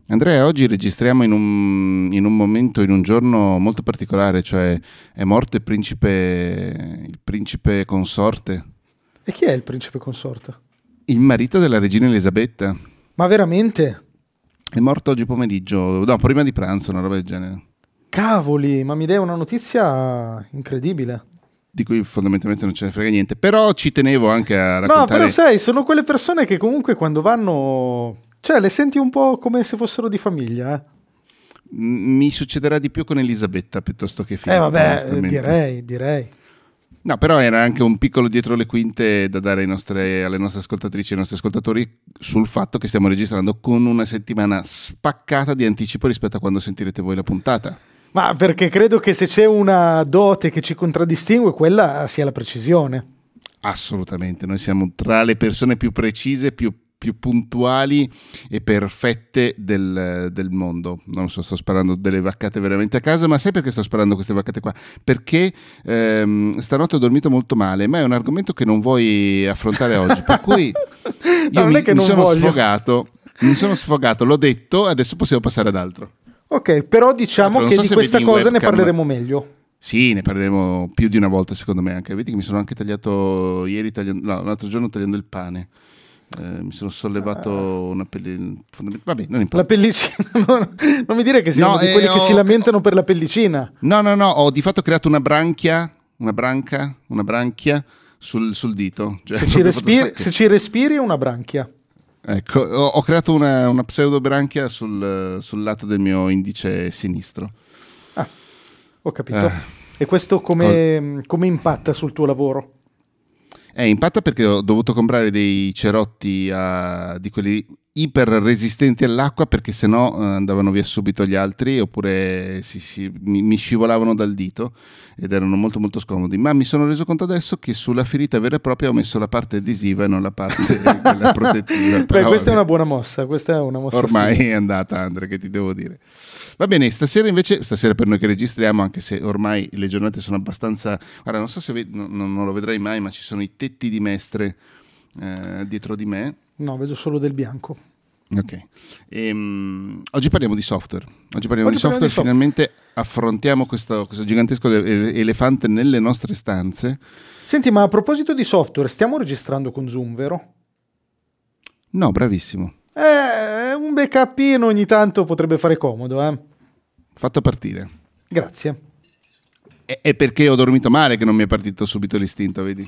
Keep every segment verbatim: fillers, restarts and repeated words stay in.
Andrea, oggi registriamo in un, in un momento, in un giorno molto particolare, cioè è morto il principe, il principe consorte. E chi è il principe consorte? Il marito della regina Elisabetta. Ma veramente? È morto oggi pomeriggio, no, prima di pranzo, una roba del genere. Cavoli, ma mi dai una notizia incredibile. Di cui fondamentalmente non ce ne frega niente, però ci tenevo anche a raccontare. No, però sai, sono quelle persone che comunque quando vanno, cioè le senti un po' come se fossero di famiglia, eh? Mi succederà di più con Elisabetta piuttosto che Filippo. Eh vabbè, direi, direi. No, però era anche un piccolo dietro le quinte da dare ai nostre, alle nostre ascoltatrici e ai nostri ascoltatori sul fatto che stiamo registrando con una settimana spaccata di anticipo rispetto a quando sentirete voi la puntata. Ma perché credo che se c'è una dote che ci contraddistingue, quella sia la precisione. Assolutamente, noi siamo tra le persone più precise, più, più puntuali e perfette del, del mondo. Non so, sto sparando delle vaccate veramente a casa, ma sai perché sto sparando queste vaccate qua? Perché ehm, stanotte ho dormito molto male, ma è un argomento che non vuoi affrontare oggi, per cui io no, mi, non è che mi non sono voglio. sfogato, mi sono sfogato, l'ho detto, adesso possiamo passare ad altro. Ok, però diciamo non che so di se questa vedi in cosa ne webcam. parleremo meglio. Sì, ne parleremo più di una volta secondo me anche. Vedi che mi sono anche tagliato ieri, tagliando, no, l'altro giorno tagliando il pane. Eh, mi sono sollevato uh, una pellicina. Vabbè, non importa. La pellicina, non, non mi dire che sei no, uno di eh, quelli ho, che si lamentano per la pellicina. No, no, no, ho di fatto creato una branchia, una branca, una branchia sul, sul dito. Cioè, se, ci respiri, se ci respiri è una branchia. Ecco, ho, ho creato una, una pseudobranchia sul, sul lato del mio indice sinistro. Ah, ho capito. Eh, e questo come, come impatta sul tuo lavoro? Eh, impatta perché ho dovuto comprare dei cerotti a, di quelli iper resistenti all'acqua, perché sennò eh, andavano via subito gli altri, oppure si, si, mi, mi scivolavano dal dito ed erano molto molto scomodi. Ma mi sono reso conto adesso che sulla ferita vera e propria ho messo la parte adesiva e non la parte quella protettiva. Beh, Però, questa vabbè, è una buona mossa, questa è una mossa. ormai sì. è andata, Andre, che ti devo dire. Va bene, stasera invece, stasera per noi che registriamo, anche se ormai le giornate sono abbastanza... Guarda, non so se ved- no, non lo vedrai mai, ma ci sono i tetti di Mestre eh, dietro di me. No, vedo solo del bianco. Ok. Ehm, oggi parliamo di software. Oggi parliamo, Oggi di, software. parliamo di software. Finalmente affrontiamo questo, questo gigantesco elefante nelle nostre stanze. Senti, ma a proposito di software, stiamo registrando con Zoom, vero? No, bravissimo. Eh, un backupino ogni tanto potrebbe fare comodo, eh? Fatto partire. Grazie. È, è perché ho dormito male che non mi è partito subito l'istinto, vedi?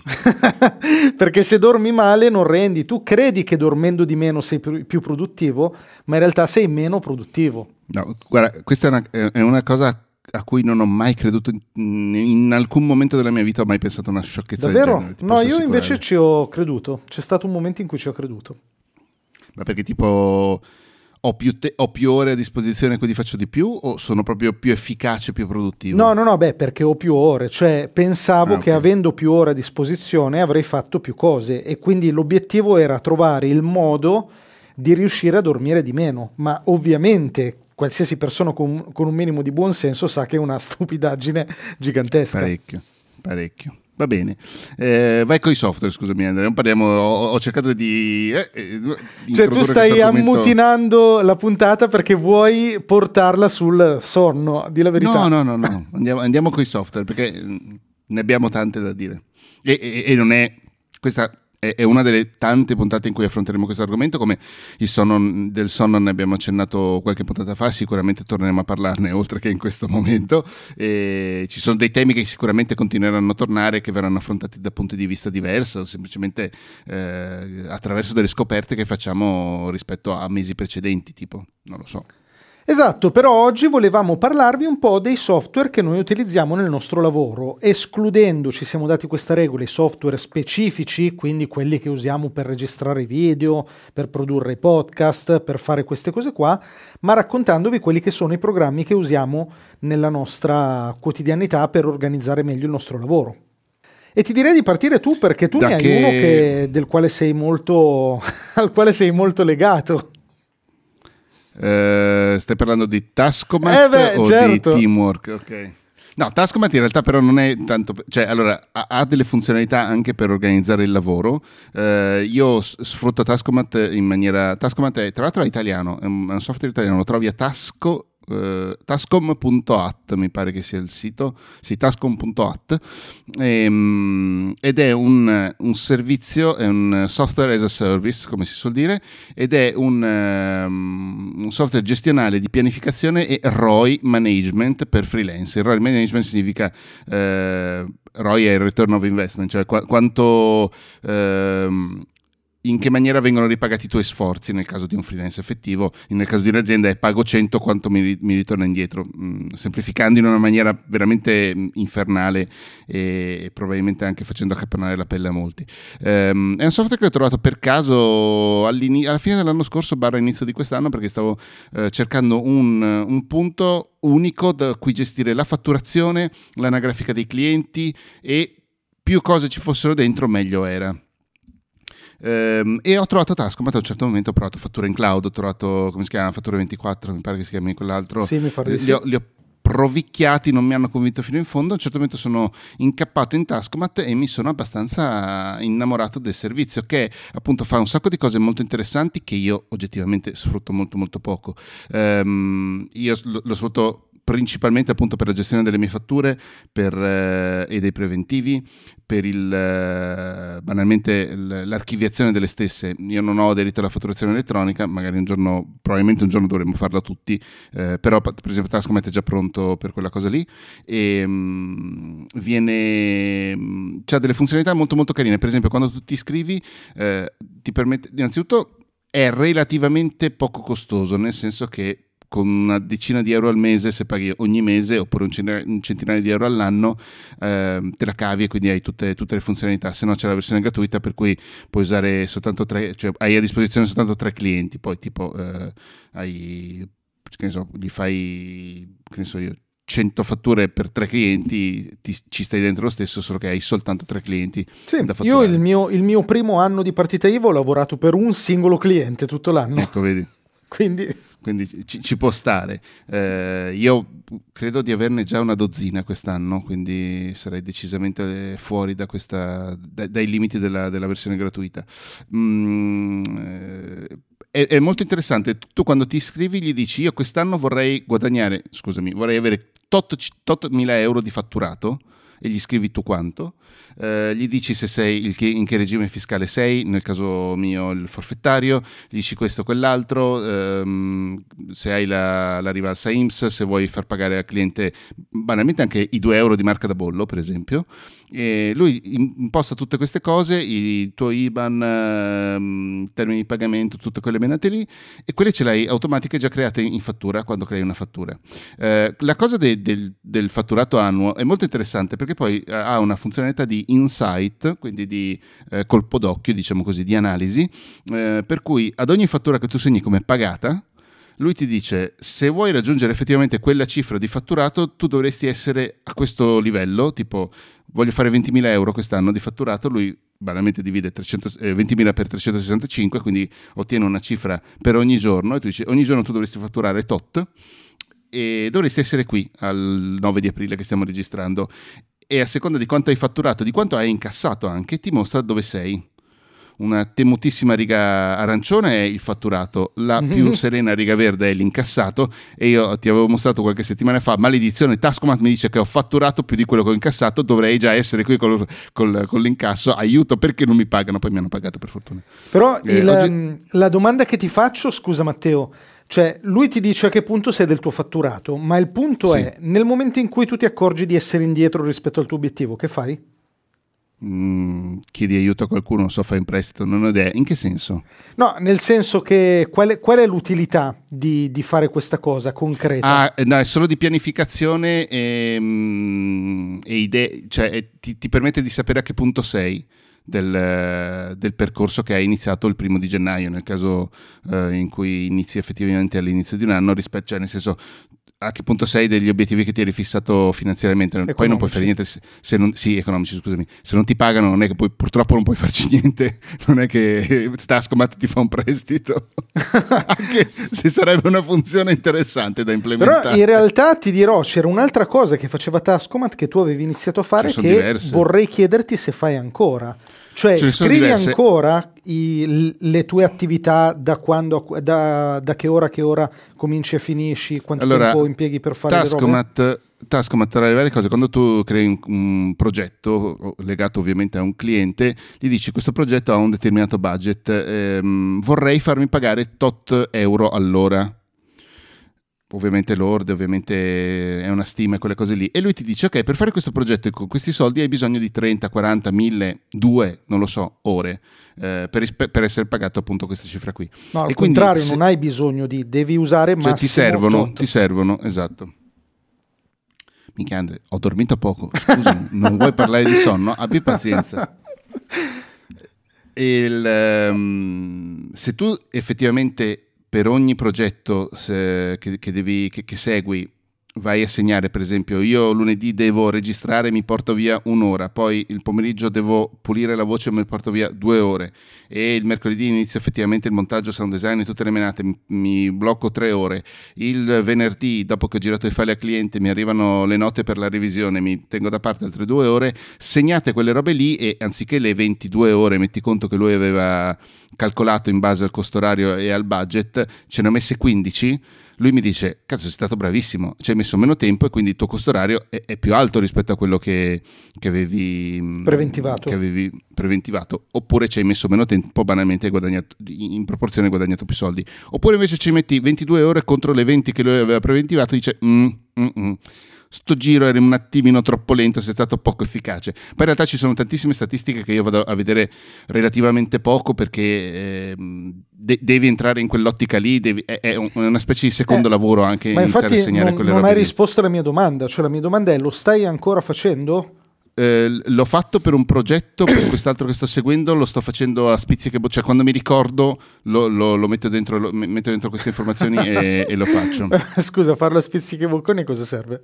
Perché se dormi male non rendi. Tu credi che dormendo di meno sei più produttivo, ma in realtà sei meno produttivo. No, guarda, questa è una, è una cosa a cui non ho mai creduto in, in alcun momento della mia vita, ho mai pensato una sciocchezza Davvero? del genere. No, io invece ci ho creduto. C'è stato un momento in cui ci ho creduto. Ma perché tipo ho più, te- ho più ore a disposizione quindi faccio di più, o sono proprio più efficace, più produttivo? No, no, no, beh, perché ho più ore. Cioè, pensavo ah, che okay. avendo più ore a disposizione avrei fatto più cose, e quindi l'obiettivo era trovare il modo di riuscire a dormire di meno. Ma ovviamente qualsiasi persona con, con un minimo di buonsenso sa che è una stupidaggine gigantesca. Parecchio, parecchio. Va bene, eh, vai con i software, scusami Andrea, non parliamo, ho, ho cercato di... Eh, eh, cioè tu stai ammutinando la puntata perché vuoi portarla sul sonno, di la verità. No, no, no, no. andiamo, andiamo con i software perché ne abbiamo tante da dire. E, e, e non è... Questa è, è una delle tante puntate in cui affronteremo questo argomento, come il sonno, del sonno ne abbiamo accennato qualche puntata fa, sicuramente torneremo a parlarne oltre che in questo momento. E ci sono dei temi che sicuramente continueranno a tornare, che verranno affrontati da punti di vista diversi, o semplicemente eh, attraverso delle scoperte che facciamo rispetto a mesi precedenti, tipo, non lo so. Esatto, però oggi volevamo parlarvi un po' dei software che noi utilizziamo nel nostro lavoro, escludendo, ci siamo dati questa regola, i software specifici, quindi quelli che usiamo per registrare video, per produrre i podcast, per fare queste cose qua, ma raccontandovi quelli che sono i programmi che usiamo nella nostra quotidianità per organizzare meglio il nostro lavoro. E ti direi di partire tu, perché tu da ne hai che... uno che, del quale sei molto, al quale sei molto legato. Uh, stai parlando di Taskomat eh beh, o certo. di Teamwork? Ok. No, Taskomat in realtà però non è tanto, cioè allora ha, ha delle funzionalità anche per organizzare il lavoro. Eh, io s- sfrutto Taskomat in maniera, Taskomat è tra l'altro è italiano, è un, è un software italiano, lo trovi a Tasco. Uh, tascom punto a t mi pare che sia il sito, sì, tascom punto a t, ehm, ed è un, un servizio, è un software as a service, come si suol dire, ed è un, um, un software gestionale di pianificazione e R O I management per freelance. Il R O I management significa uh, R O I è il return of investment, cioè qu- quanto uh, in che maniera vengono ripagati i tuoi sforzi nel caso di un freelance effettivo. Nel caso di un'azienda è pago cento, quanto mi, mi ritorna indietro, mm, semplificando in una maniera veramente infernale e, e probabilmente anche facendo accapponare la pelle a molti. Um, è un software che ho trovato per caso alla fine dell'anno scorso barra inizio di quest'anno, perché stavo uh, cercando un, un punto unico da cui gestire la fatturazione, l'anagrafica dei clienti, e più cose ci fossero dentro meglio era. Um, e ho trovato Taskomat. A un certo momento ho provato Fattura in Cloud, ho trovato, come si chiama, Fattura ventiquattro, mi pare che si chiami quell'altro. Sì, mi pare di sì. Li ho, li ho provicchiati, non mi hanno convinto fino in fondo. A un certo momento sono incappato in Taskomat e mi sono abbastanza innamorato del servizio, che appunto fa un sacco di cose molto interessanti che io oggettivamente sfrutto molto molto poco. Um, io lo, lo sfrutto principalmente appunto per la gestione delle mie fatture per, eh, e dei preventivi, per il eh, banalmente l'archiviazione delle stesse. Io non ho aderito alla fatturazione elettronica, magari un giorno, probabilmente un giorno dovremmo farla tutti, eh, però per esempio Taskomat è già pronto per quella cosa lì, e mh, viene mh, c'ha delle funzionalità molto molto carine. Per esempio, quando tu ti iscrivi, eh, ti permette, innanzitutto è relativamente poco costoso, nel senso che con una decina di euro al mese, se paghi ogni mese, oppure un centinaio, un centinaio di euro all'anno, eh, te la cavi e quindi hai tutte, tutte le funzionalità. Se no c'è la versione gratuita, per cui puoi usare soltanto tre, cioè hai a disposizione soltanto tre clienti, poi tipo eh, hai, che ne so, gli fai, che ne so io, cento fatture per tre clienti, ti, ci stai dentro lo stesso, solo che hai soltanto tre clienti. Sì, io il mio, il mio primo anno di partita I V A ho lavorato per un singolo cliente tutto l'anno. Ecco, vedi. Quindi... Quindi ci, ci può stare. Eh, io credo di averne già una dozzina quest'anno, quindi sarei decisamente fuori da questa, da, dai limiti della, della versione gratuita. Mm, eh, è, è molto interessante. Tu quando ti iscrivi gli dici: io quest'anno vorrei guadagnare, scusami, vorrei avere tot, tot mila euro di fatturato, e gli scrivi tu quanto. Uh, gli dici se sei il che, in che regime fiscale sei, nel caso mio il forfettario, gli dici questo o quell'altro, um, se hai la, la rivalsa I N P S, se vuoi far pagare al cliente banalmente anche i due euro di marca da bollo, per esempio, e lui imposta tutte queste cose, i tuoi I B A N, um, termini di pagamento, tutte quelle menate lì, e quelle ce l'hai automatiche già create in fattura quando crei una fattura. Uh, la cosa de, del, del fatturato annuo è molto interessante, perché poi uh, ha una funzionalità di insight, quindi di eh, colpo d'occhio, diciamo così, di analisi, eh, per cui ad ogni fattura che tu segni come pagata, lui ti dice: se vuoi raggiungere effettivamente quella cifra di fatturato, tu dovresti essere a questo livello, tipo voglio fare ventimila euro quest'anno di fatturato, lui banalmente divide trecento, eh, ventimila per trecentosessantacinque, quindi ottiene una cifra per ogni giorno, e tu dici ogni giorno tu dovresti fatturare tot, e dovresti essere qui al nove di aprile che stiamo registrando, e a seconda di quanto hai fatturato, di quanto hai incassato anche, ti mostra dove sei. Una temutissima riga arancione è il fatturato, la più serena riga verde è l'incassato, e io ti avevo mostrato qualche settimana fa: maledizione, Taskomat mi dice che ho fatturato più di quello che ho incassato, dovrei già essere qui col, col, con l'incasso, aiuto, perché non mi pagano? Poi mi hanno pagato, per fortuna. Però eh, il, oggi... la domanda che ti faccio, scusa Matteo, cioè lui ti dice a che punto sei del tuo fatturato, ma il punto sì. è, nel momento in cui tu ti accorgi di essere indietro rispetto al tuo obiettivo, che fai? Mm, chiedi aiuto a qualcuno, non so, fai in prestito, non ho idea. In che senso? No, nel senso che qual è, qual è l'utilità di, di fare questa cosa concreta? Ah, no, è solo di pianificazione e, mm, e idee, cioè è, ti, ti permette di sapere a che punto sei Del, del percorso che hai iniziato il primo di gennaio, nel caso eh, in cui inizi effettivamente all'inizio di un anno, rispetto, cioè nel senso a che punto sei degli obiettivi che ti eri fissato finanziariamente. Economici. Poi non puoi fare niente se, se non, sì, economici, scusami, se non ti pagano non è che poi purtroppo non puoi farci niente, non è che Taskomat ti fa un prestito anche se sarebbe una funzione interessante da implementare. Però in realtà ti dirò, c'era un'altra cosa che faceva Taskomat che tu avevi iniziato a fare, che diverse. Vorrei chiederti se fai ancora. Cioè, scrivi ancora i, le tue attività da quando, da, da che ora a che ora cominci e finisci, quanto allora, tempo impieghi per fare Taskomat, le robe? Taskomat tra le varie cose, quando tu crei un, un progetto legato ovviamente a un cliente, gli dici questo progetto ha un determinato budget, ehm, vorrei farmi pagare tot euro all'ora. Ovviamente lorde, ovviamente è una stima e quelle cose lì, e lui ti dice ok, per fare questo progetto con questi soldi hai bisogno di trenta, quaranta, mille, due, non lo so, ore eh, per, ispe- per essere pagato appunto questa cifra qui. No, al e contrario, se... non hai bisogno di, devi usare cioè, massimo ti servono, otto. ti servono, esatto. Minchia Andre, ho dormito poco, scusami, non vuoi parlare di sonno? Abbi pazienza. Il, um, se tu effettivamente per ogni progetto se, che, che, devi, che, che segui vai a segnare, per esempio io lunedì devo registrare, mi porto via un'ora, poi il pomeriggio devo pulire la voce, mi porto via due ore, e il mercoledì inizio effettivamente il montaggio, sound design e tutte le menate, mi, mi blocco tre ore, il venerdì dopo che ho girato i file al cliente mi arrivano le note per la revisione, mi tengo da parte altre due ore, segnate quelle robe lì e anziché le ventidue ore, metti conto che lui aveva calcolato in base al costo orario e al budget, ce ne ho messe quindici. Lui mi dice, cazzo sei stato bravissimo, ci hai messo meno tempo e quindi il tuo costo orario è, è più alto rispetto a quello che, che, avevi, preventivato. che avevi preventivato, oppure ci hai messo meno tempo, banalmente hai guadagnato, in proporzione hai guadagnato più soldi, oppure invece ci metti ventidue ore contro le venti che lui aveva preventivato e dice mm, mm, mm. sto giro era un attimino troppo lento, sei stato poco efficace. Poi in realtà ci sono tantissime statistiche che io vado a vedere relativamente poco perché eh, de- devi entrare in quell'ottica lì, devi, è, è una specie di secondo eh, lavoro anche ma iniziare infatti a segnare non, quelle non robe hai lì. risposto alla mia domanda, cioè la mia domanda è: lo stai ancora facendo? Eh, l'ho fatto per un progetto, per quest'altro che sto seguendo lo sto facendo a spizziche, cioè quando mi ricordo lo, lo, lo metto dentro lo, metto dentro queste informazioni e, e lo faccio. Scusa, farlo a spizziche bocconi cosa serve?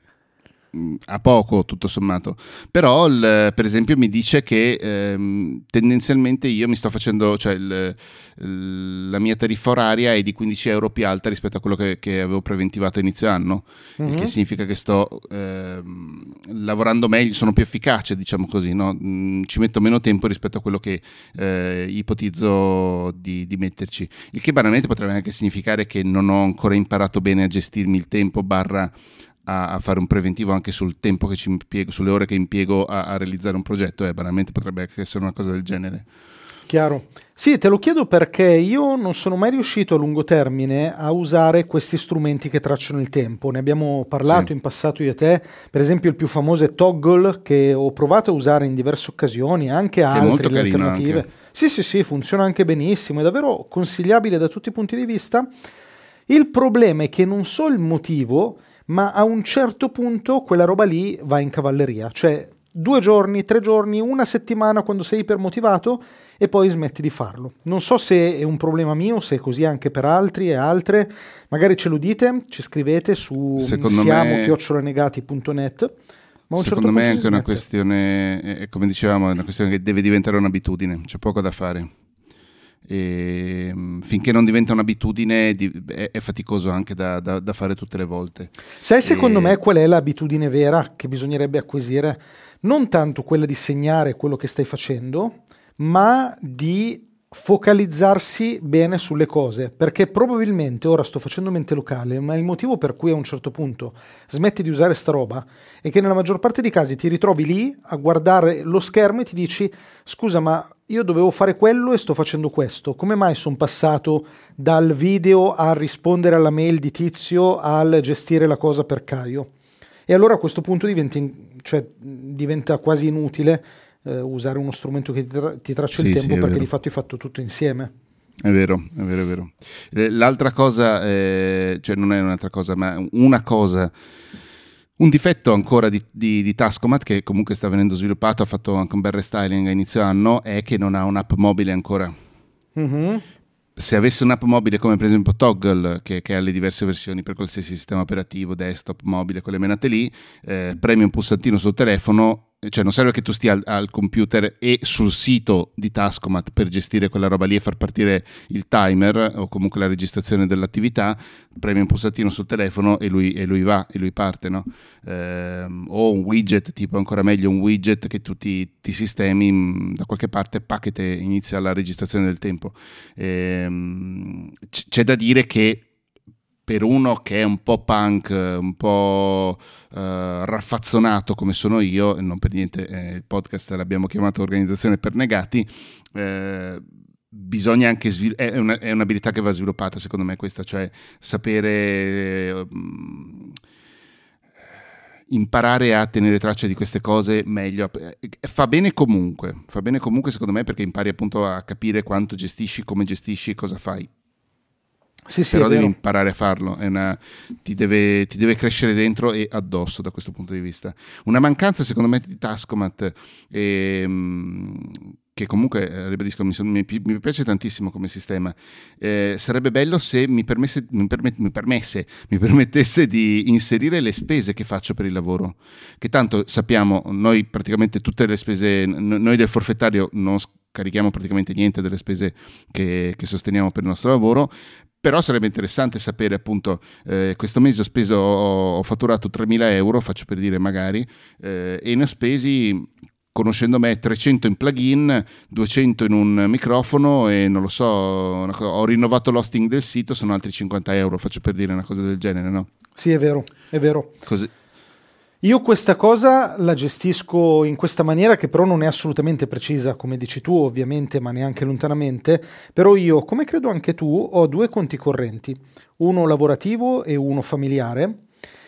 A poco tutto sommato, però il, per esempio mi dice che ehm, tendenzialmente io mi sto facendo, cioè il, il, la mia tariffa oraria è di quindici euro più alta rispetto a quello che, che avevo preventivato a inizio anno, mm-hmm. il che significa che sto ehm, lavorando meglio, sono più efficace, diciamo così, no? Mm, ci metto meno tempo rispetto a quello che eh, ipotizzo di, di metterci, il che banalmente potrebbe anche significare che non ho ancora imparato bene a gestirmi il tempo barra a fare un preventivo anche sul tempo che ci impiego, sulle ore che impiego a, a realizzare un progetto, eh, banalmente potrebbe essere una cosa del genere. Chiaro. Sì, te lo chiedo perché io non sono mai riuscito a lungo termine a usare questi strumenti che tracciano il tempo. Ne abbiamo parlato sì. in passato io e te. Per esempio il più famoso è Toggle, che ho provato a usare in diverse occasioni, anche che altri, le alternative. Anche. Sì, sì, sì, funziona anche benissimo, è davvero consigliabile da tutti i punti di vista. Il problema è che non so il motivo, ma a un certo punto quella roba lì va in cavalleria, cioè due giorni, tre giorni, una settimana quando sei ipermotivato e poi smetti di farlo. Non so se è un problema mio, se è così anche per altri e altre, magari ce lo dite, ci scrivete su siamo chiocciolanegati punto net. Ma secondo certo me è anche una questione, è, come dicevamo, è una questione che deve diventare un'abitudine, c'è poco da fare. E finché non diventa un'abitudine è, è faticoso anche da, da, da fare tutte le volte. Sai secondo e... me qual è l'abitudine vera che bisognerebbe acquisire? Non tanto quella di segnare quello che stai facendo, ma di focalizzarsi bene sulle cose, perché probabilmente ora sto facendo mente locale, ma il motivo per cui a un certo punto smetti di usare sta roba è che nella maggior parte dei casi ti ritrovi lì a guardare lo schermo e ti dici: scusa, ma io dovevo fare quello e sto facendo questo, come mai sono passato dal video a rispondere alla mail di Tizio al gestire la cosa per Caio? E allora a questo punto diventa, cioè, diventa quasi inutile Uh, usare uno strumento che ti, tra- ti traccia sì, il tempo, sì, perché vero. Di fatto hai fatto tutto insieme. È vero, è vero, è vero. L'altra cosa, eh, cioè non è un'altra cosa, ma una cosa, un difetto ancora di, di, di Taskomat, che comunque sta venendo sviluppato, ha fatto anche un bel restyling a inizio anno, è che non ha un'app mobile ancora. Mm-hmm. se avesse un'app mobile come per esempio Toggle, che, che ha le diverse versioni per qualsiasi sistema operativo, desktop, mobile, quelle menate lì, eh, premi un pulsantino sul telefono, cioè non serve che tu stia al, al computer e sul sito di Taskomat per gestire quella roba lì e far partire il timer o comunque la registrazione dell'attività, premi un pulsantino sul telefono e lui, e lui va, e lui parte, no? Eh, o un widget, tipo ancora meglio un widget che tu ti, ti sistemi mh, da qualche parte, packet e inizia la registrazione del tempo. Eh, c- c'è da dire che per uno che è un po' punk, un po' uh, raffazzonato come sono io, e non per niente eh, il podcast l'abbiamo chiamato Organizzazione per Negati, eh, bisogna anche svil- è, una, è un'abilità che va sviluppata, secondo me, questa, cioè sapere eh, imparare a tenere traccia di queste cose meglio. Fa bene comunque, fa bene comunque secondo me, perché impari appunto a capire quanto gestisci, come gestisci, cosa fai. Sì, sì, però devi imparare a farlo, è una, ti, deve, ti deve crescere dentro e addosso da questo punto di vista. Una mancanza secondo me di Taskomat, è, che comunque ribadisco mi, mi, mi piace tantissimo come sistema, eh, sarebbe bello se mi, permesse, mi, permet, mi, permesse, mi permettesse di inserire le spese che faccio per il lavoro, che tanto sappiamo noi praticamente tutte le spese, noi del forfettario non carichiamo praticamente niente delle spese che, che sosteniamo per il nostro lavoro. Però sarebbe interessante sapere appunto, eh, questo mese ho speso, ho, ho fatturato tremila euro, faccio per dire magari, eh, e ne ho spesi, conoscendo me, trecento in plugin, duecento in un microfono e non lo so, una cosa, ho rinnovato l'hosting del sito, sono altri cinquanta euro, faccio per dire una cosa del genere, no? Sì, è vero, è vero. Così. Io questa cosa la gestisco in questa maniera, che però non è assolutamente precisa, come dici tu ovviamente, ma neanche lontanamente. Però io, come credo anche tu, ho due conti correnti, uno lavorativo e uno familiare,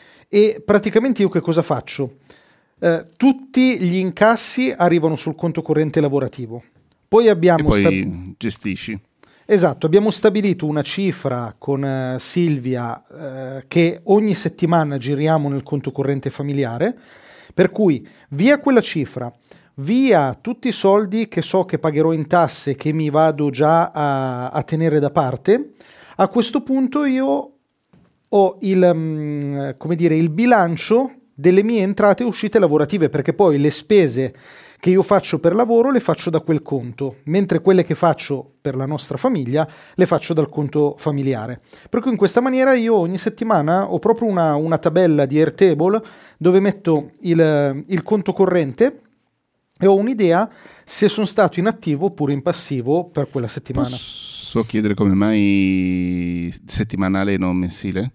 e praticamente io che cosa faccio? Eh, tutti gli incassi arrivano sul conto corrente lavorativo. Poi abbiamo... E poi sta... gestisci. Esatto, abbiamo stabilito una cifra con uh, Silvia uh, che ogni settimana giriamo nel conto corrente familiare, per cui via quella cifra, via tutti i soldi che so che pagherò in tasse, che mi vado già a, a tenere da parte, a questo punto io ho il, um, come dire, il bilancio delle mie entrate e uscite lavorative, perché poi le spese che io faccio per lavoro le faccio da quel conto, mentre quelle che faccio per la nostra famiglia le faccio dal conto familiare. Per cui in questa maniera io ogni settimana ho proprio una, una tabella di Airtable dove metto il, il conto corrente e ho un'idea se sono stato in attivo oppure in passivo per quella settimana. Posso chiedere come mai settimanale e non mensile?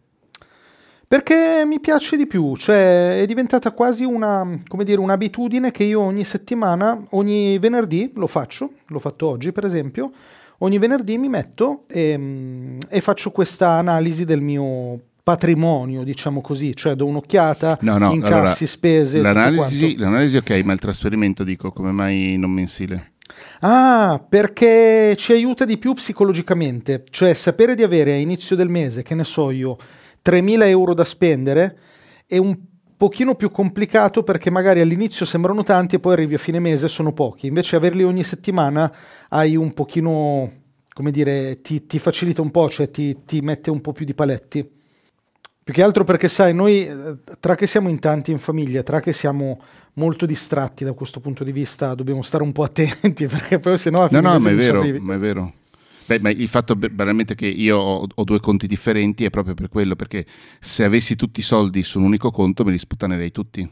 Perché mi piace di più, cioè è diventata quasi una, come dire, un'abitudine che io ogni settimana, ogni venerdì lo faccio, l'ho fatto oggi per esempio, ogni venerdì mi metto e, e faccio questa analisi del mio patrimonio, diciamo così, cioè do un'occhiata, no, no, incassi, allora, spese, l'analisi, l'analisi ok, ma il trasferimento dico, come mai non mensile? Ah, perché ci aiuta di più psicologicamente, cioè sapere di avere a inizio del mese, che ne so io, tremila euro da spendere è un pochino più complicato, perché magari all'inizio sembrano tanti e poi arrivi a fine mese e sono pochi. Invece averli ogni settimana hai un pochino, come dire, ti, ti facilita un po', cioè ti, ti mette un po' più di paletti. Più che altro perché sai, noi tra che siamo in tanti in famiglia, tra che siamo molto distratti da questo punto di vista, dobbiamo stare un po' attenti, perché poi sennò a fine no no mese ma è non vero, arrivi. ma è vero. Beh, ma il fatto veramente che io ho, ho due conti differenti è proprio per quello, perché se avessi tutti i soldi su un unico conto me li sputtanerei tutti.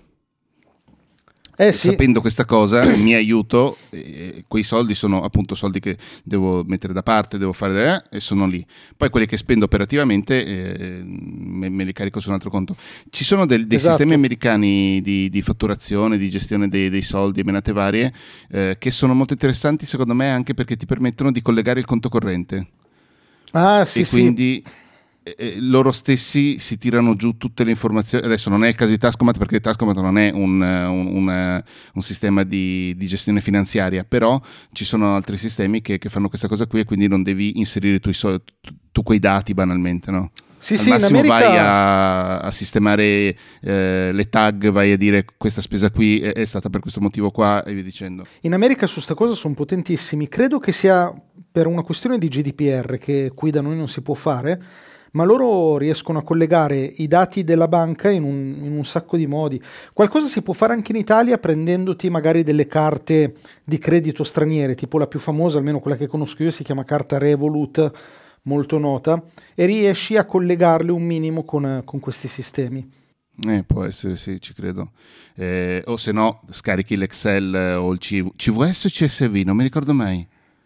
Eh sì. Sapendo questa cosa mi aiuto, eh, quei soldi sono appunto soldi che devo mettere da parte, devo fare eh, e sono lì. Poi quelli che spendo operativamente eh, me, me li carico su un altro conto. Ci sono del, dei Esatto. sistemi americani di, di fatturazione, di gestione dei, dei soldi, menate varie, eh, che sono molto interessanti secondo me, anche perché ti permettono di collegare il conto corrente. Ah sì, e sì. quindi eh, loro stessi si tirano giù tutte le informazioni. Adesso non è il caso di Taskomat, perché Taskomat non è un, un, un, un sistema di, di gestione finanziaria, però ci sono altri sistemi che, che fanno questa cosa qui, e quindi non devi inserire tu, i so, tu, tu quei dati banalmente, no? Sì, Al sì, massimo in America... vai a, a sistemare eh, le tag, vai a dire questa spesa qui è, è stata per questo motivo qua, e via dicendo. In America su sta cosa sono potentissimi. Credo che sia per una questione di G D P R che qui da noi non si può fare, ma loro riescono a collegare i dati della banca in un, in un sacco di modi. Qualcosa si può fare anche in Italia prendendoti magari delle carte di credito straniere, tipo la più famosa, almeno quella che conosco io, si chiama carta Revolut, molto nota, e riesci a collegarle un minimo con, con questi sistemi. Eh, può essere, sì, ci credo. Eh, o se no, scarichi l'Excel o il C V, C V S o C S V, non mi ricordo mai.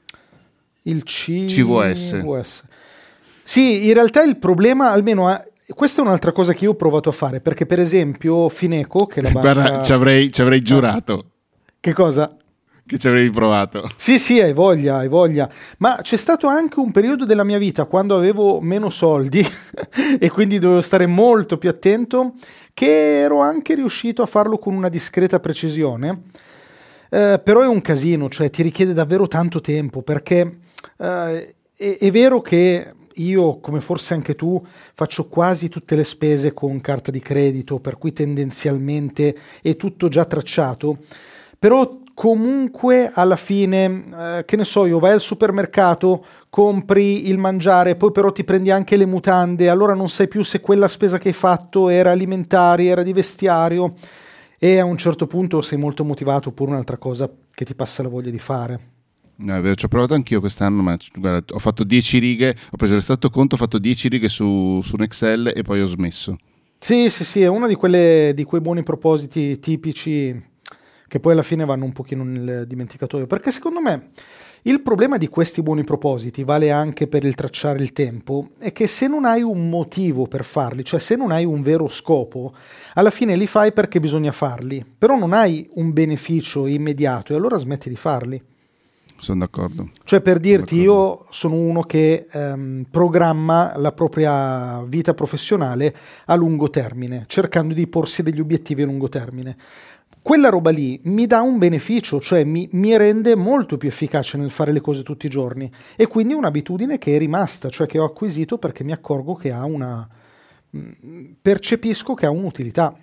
Il C... C V S. C V S. Sì, in realtà il problema, almeno a... questa è un'altra cosa che io ho provato a fare, perché per esempio Fineco, che è la banca... Guarda, ci avrei, ci avrei giurato. Che cosa? Che ci avevi provato. Sì, sì, hai voglia, hai voglia. Ma c'è stato anche un periodo della mia vita, quando avevo meno soldi e quindi dovevo stare molto più attento, che ero anche riuscito a farlo con una discreta precisione. Eh, però è un casino, cioè ti richiede davvero tanto tempo, perché eh, è, è vero che io, come forse anche tu, faccio quasi tutte le spese con carta di credito, per cui tendenzialmente è tutto già tracciato, però comunque alla fine, eh, che ne so io, vai al supermercato, compri il mangiare, poi però ti prendi anche le mutande, allora non sai più se quella spesa che hai fatto era alimentari, era di vestiario, e a un certo punto sei molto motivato, oppure un'altra cosa che ti passa la voglia di fare. No, è vero, ci ho provato anch'io quest'anno, ma guarda, ho fatto dieci righe, ho preso l'estratto conto, ho fatto dieci righe su, su un Excel e poi ho smesso. Sì, sì, sì, è uno di, quelle, di quei buoni propositi tipici che poi alla fine vanno un pochino nel dimenticatoio, perché secondo me il problema di questi buoni propositi, vale anche per il tracciare il tempo, è che se non hai un motivo per farli, cioè se non hai un vero scopo, alla fine li fai perché bisogna farli, però non hai un beneficio immediato e allora smetti di farli. Sono d'accordo. Cioè, per dirti, io sono uno che ehm, programma la propria vita professionale a lungo termine, cercando di porsi degli obiettivi a lungo termine. Quella roba lì mi dà un beneficio, cioè mi, mi rende molto più efficace nel fare le cose tutti i giorni, e quindi è un'abitudine che è rimasta, cioè che ho acquisito perché mi accorgo che ha una... percepisco che ha un'utilità.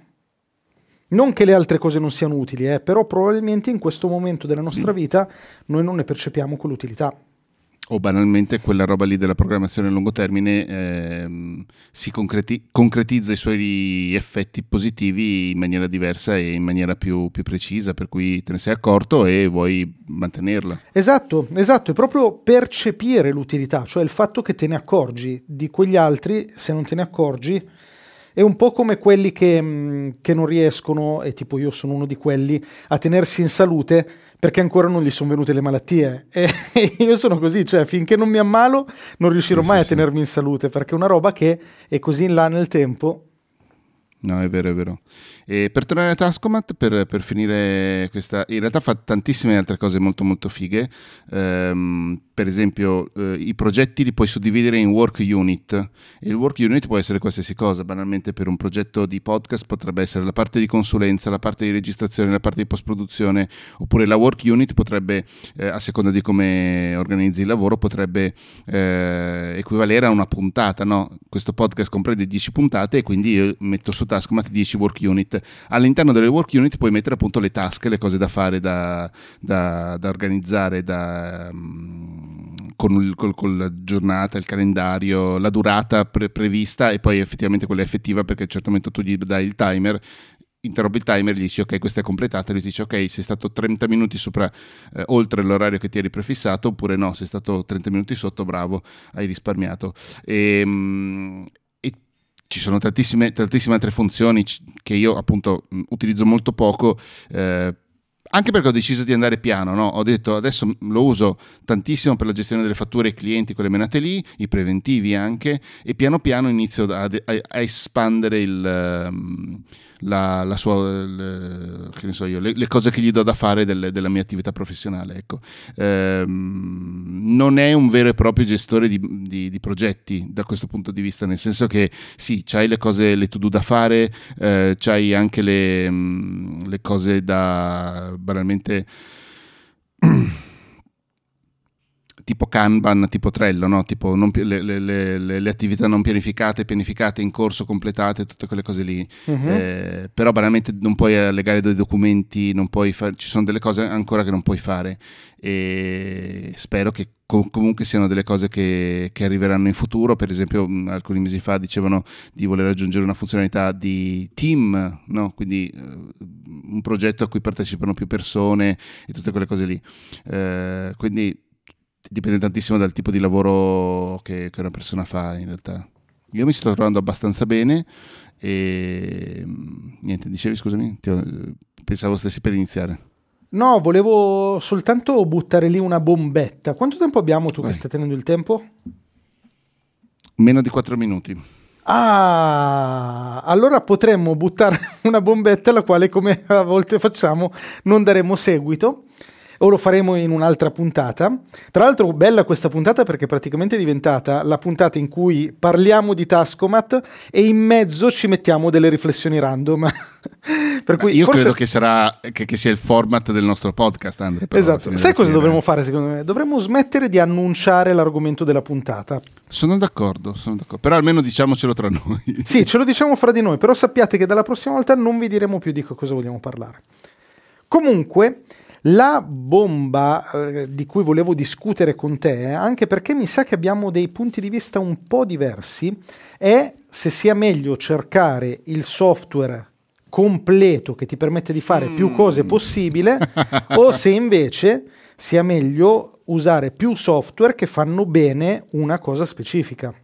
Non che le altre cose non siano utili, eh, però probabilmente in questo momento della nostra vita noi non ne percepiamo quell'utilità. O banalmente quella roba lì della programmazione a lungo termine ehm, si concreti- concretizza i suoi effetti positivi in maniera diversa e in maniera più, più precisa, per cui te ne sei accorto e vuoi mantenerla. Esatto, esatto, è proprio percepire l'utilità, cioè il fatto che te ne accorgi. Di quegli altri, se non te ne accorgi, è un po' come quelli che, che non riescono, e tipo io sono uno di quelli, a tenersi in salute perché ancora non gli sono venute le malattie. E io sono così, cioè finché non mi ammalo non riuscirò sì, mai sì, a tenermi sì. in salute, perché è una roba che è così in là nel tempo. No, è vero, è vero. E per tornare a Taskomat, per, per finire questa, in realtà fa tantissime altre cose molto molto fighe. Ehm, per esempio, eh, i progetti li puoi suddividere in work unit, e il work unit può essere qualsiasi cosa. Banalmente, per un progetto di podcast potrebbe essere la parte di consulenza, la parte di registrazione, la parte di post-produzione, oppure la work unit potrebbe, eh, a seconda di come organizzi il lavoro, potrebbe eh, equivalere a una puntata, no? Questo podcast comprende dieci puntate e quindi io metto su Taskomat dieci work unit. All'interno delle work unit puoi mettere appunto le task, le cose da fare, da, da, da organizzare, da, um, con, il, con, con la giornata, il calendario, la durata pre- prevista e poi effettivamente quella effettiva, perché a un certo momento tu gli dai il timer, interrompi il timer, gli dici ok, questa è completata, e lui ti dice ok, sei stato trenta minuti sopra, eh, oltre l'orario che ti eri prefissato, oppure no, sei stato trenta minuti sotto, bravo, hai risparmiato. E, um, ci sono tantissime, tantissime altre funzioni che io appunto utilizzo molto poco, eh, anche perché ho deciso di andare piano, no? Ho detto adesso lo uso tantissimo per la gestione delle fatture ai clienti, quelle menate lì, i preventivi anche, e piano piano inizio a, a, a espandere il, la, la sua, le, che ne so io, le, le cose che gli do da fare del, della mia attività professionale. Ecco. Ehm, non è un vero e proprio gestore di, di, di progetti da questo punto di vista, nel senso che sì, c'hai le cose, le to-do da fare, eh, c'hai anche le, le cose da banalmente tipo Kanban, tipo Trello, no? Tipo non, le, le, le, le attività non pianificate, pianificate, in corso, completate, tutte quelle cose lì. Uh-huh. Eh, però banalmente non puoi allegare dei documenti, non puoi fa- ci sono delle cose ancora che non puoi fare, e spero che com- comunque siano delle cose che, che arriveranno in futuro. Per esempio mh, alcuni mesi fa dicevano di voler aggiungere una funzionalità di team, no? Quindi eh, un progetto a cui partecipano più persone e tutte quelle cose lì. Eh, quindi dipende tantissimo dal tipo di lavoro che, che una persona fa, in realtà. Io mi sto trovando abbastanza bene e niente, dicevi, scusami, Ti ho, pensavo stessi per iniziare. No, volevo soltanto buttare lì una bombetta. Quanto tempo abbiamo, tu? Vai. Che stai tenendo il tempo? Meno di quattro minuti. Ah, allora potremmo buttare una bombetta alla quale, come a volte facciamo, non daremo seguito, o lo faremo in un'altra puntata. Tra l'altro bella questa puntata perché praticamente è diventata la puntata in cui parliamo di Taskomat e in mezzo ci mettiamo delle riflessioni random. Per cui io forse... credo che sarà che, che sia il format del nostro podcast, Andre. Esatto. Sai cosa dovremmo fare secondo me? Dovremmo smettere di annunciare l'argomento della puntata. Sono d'accordo, sono d'accordo. Però almeno diciamocelo tra noi. Sì, ce lo diciamo fra di noi, però sappiate che dalla prossima volta non vi diremo più di cosa vogliamo parlare. Comunque, la bomba eh, di cui volevo discutere con te, anche perché mi sa che abbiamo dei punti di vista un po' diversi, è se sia meglio cercare il software completo che ti permette di fare mm. più cose possibile o se invece sia meglio usare più software che fanno bene una cosa specifica.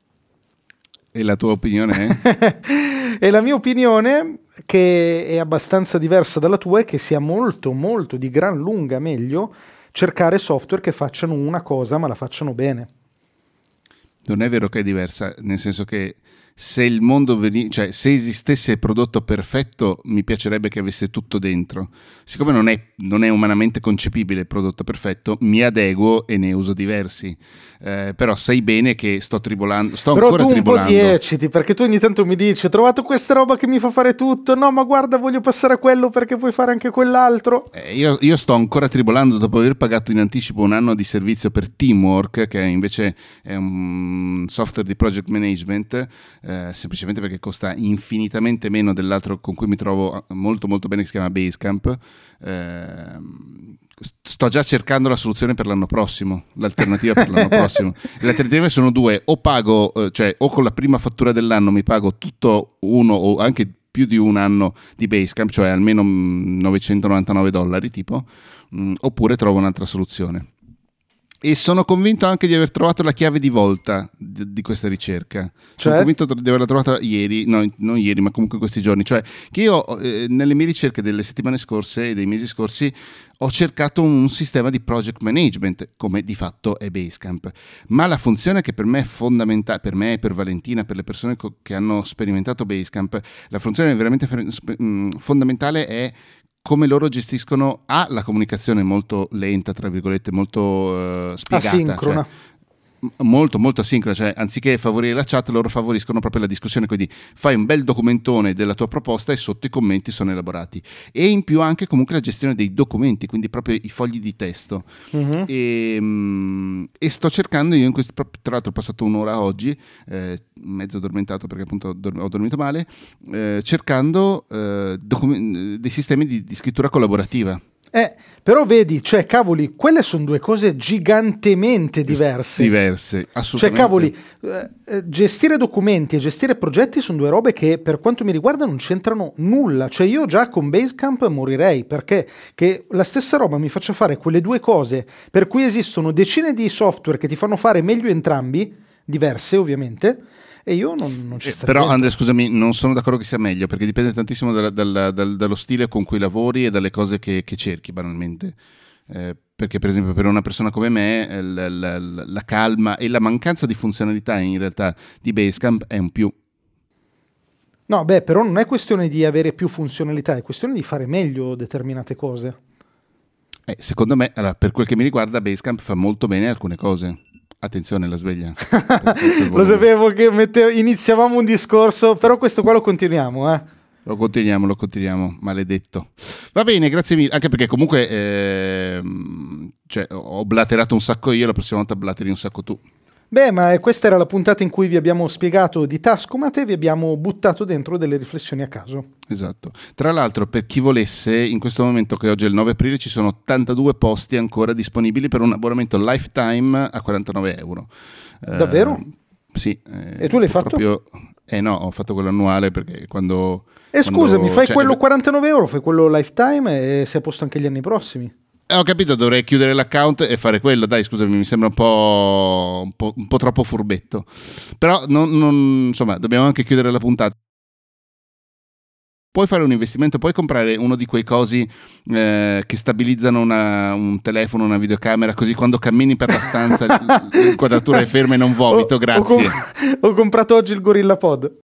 E la tua opinione è? E la mia opinione, che è abbastanza diversa dalla tua, è che sia molto molto di gran lunga meglio cercare software che facciano una cosa ma la facciano bene. Non è vero che è diversa, nel senso che se il mondo veni- cioè se esistesse il prodotto perfetto, mi piacerebbe che avesse tutto dentro. Siccome non è, non è umanamente concepibile il prodotto perfetto, mi adeguo e ne uso diversi. Eh, però sai bene che sto tribolando, sto però ancora tribolando. Però tu un po' ti ecciti, perché tu ogni tanto mi dici: ho trovato questa roba che mi fa fare tutto, no ma guarda voglio passare a quello perché puoi fare anche quell'altro. Eh, io, io sto ancora tribolando dopo aver pagato in anticipo un anno di servizio per Teamwork, che invece è un software di project management, eh, semplicemente perché costa infinitamente meno dell'altro con cui mi trovo molto molto bene, che si chiama Basecamp. Eh, sto già cercando la soluzione per l'anno prossimo, l'alternativa per l'anno prossimo. Le alternative sono due: o pago, eh, cioè o con la prima fattura dell'anno mi pago tutto uno o anche più di un anno di Basecamp, cioè almeno novecentonovantanove dollari tipo, mh, oppure trovo un'altra soluzione. E sono convinto anche di aver trovato la chiave di volta di, di questa ricerca. Cioè? Sono convinto di averla trovata ieri, no, non ieri, ma comunque in questi giorni. Cioè che io eh, nelle mie ricerche delle settimane scorse e dei mesi scorsi ho cercato un sistema di project management, come di fatto è Basecamp. Ma la funzione che per me è fondamentale, per me e per Valentina, per le persone co- che hanno sperimentato Basecamp, la funzione veramente f- fondamentale è come loro gestiscono A, la comunicazione molto lenta, tra virgolette, molto uh, spiegata. Asincrona. Cioè, molto molto asincrona, cioè anziché favorire la chat loro favoriscono proprio la discussione, quindi fai un bel documentone della tua proposta e sotto i commenti sono elaborati, e in più anche comunque la gestione dei documenti, quindi proprio i fogli di testo. Uh-huh. e, mh, e sto cercando io in questo, tra l'altro ho passato un'ora oggi, eh, mezzo addormentato perché appunto ho dormito male, eh, cercando eh, docu- dei sistemi di, di scrittura collaborativa. Eh, però vedi, cioè cavoli, quelle sono due cose gigantemente diverse. Diverse, assolutamente. Cioè cavoli, eh, gestire documenti e gestire progetti sono due robe che per quanto mi riguarda non c'entrano nulla. Cioè io già con Basecamp morirei, perché che la stessa roba mi faccia fare quelle due cose per cui esistono decine di software che ti fanno fare meglio entrambi, diverse ovviamente, e io non, non ci starei. Però Andrea, scusami, non sono d'accordo che sia meglio, perché dipende tantissimo dal, dal, dal, dallo stile con cui lavori e dalle cose che, che cerchi banalmente. Eh, perché per esempio per una persona come me la, la, la calma e la mancanza di funzionalità in realtà di Basecamp è un più. No, beh, però non è questione di avere più funzionalità, è questione di fare meglio determinate cose. Eh, secondo me, allora, per quel che mi riguarda, Basecamp fa molto bene alcune cose. Attenzione la sveglia. Lo sapevo che mette... iniziavamo un discorso, però questo qua lo continuiamo, eh. Lo continuiamo, lo continuiamo, maledetto. Va bene, grazie mille, anche perché comunque ehm, cioè, ho blaterato un sacco io, la prossima volta blateri un sacco tu. Beh, ma questa era la puntata in cui vi abbiamo spiegato di Tascomat e vi abbiamo buttato dentro delle riflessioni a caso. Esatto. Tra l'altro, per chi volesse, in questo momento che oggi è il nove aprile ci sono ottantadue posti ancora disponibili per un abbonamento lifetime a quarantanove euro. Davvero? Eh, sì. Eh, e tu l'hai fatto? Proprio... Eh no, ho fatto quello annuale perché quando... E quando... scusami, fai cioè... quello quarantanove euro, fai quello lifetime e sei a posto anche gli anni prossimi. Eh, ho capito, dovrei chiudere l'account e fare quello. Dai, scusami, mi sembra un po', un po', un po' troppo furbetto. Però, non, non, insomma, dobbiamo anche chiudere la puntata. Puoi fare un investimento, puoi comprare uno di quei cosi eh, che stabilizzano una, un telefono, una videocamera, così quando cammini per la stanza l'inquadratura è ferma e non vomito, grazie. Ho, comp- ho comprato oggi il Gorilla Pod.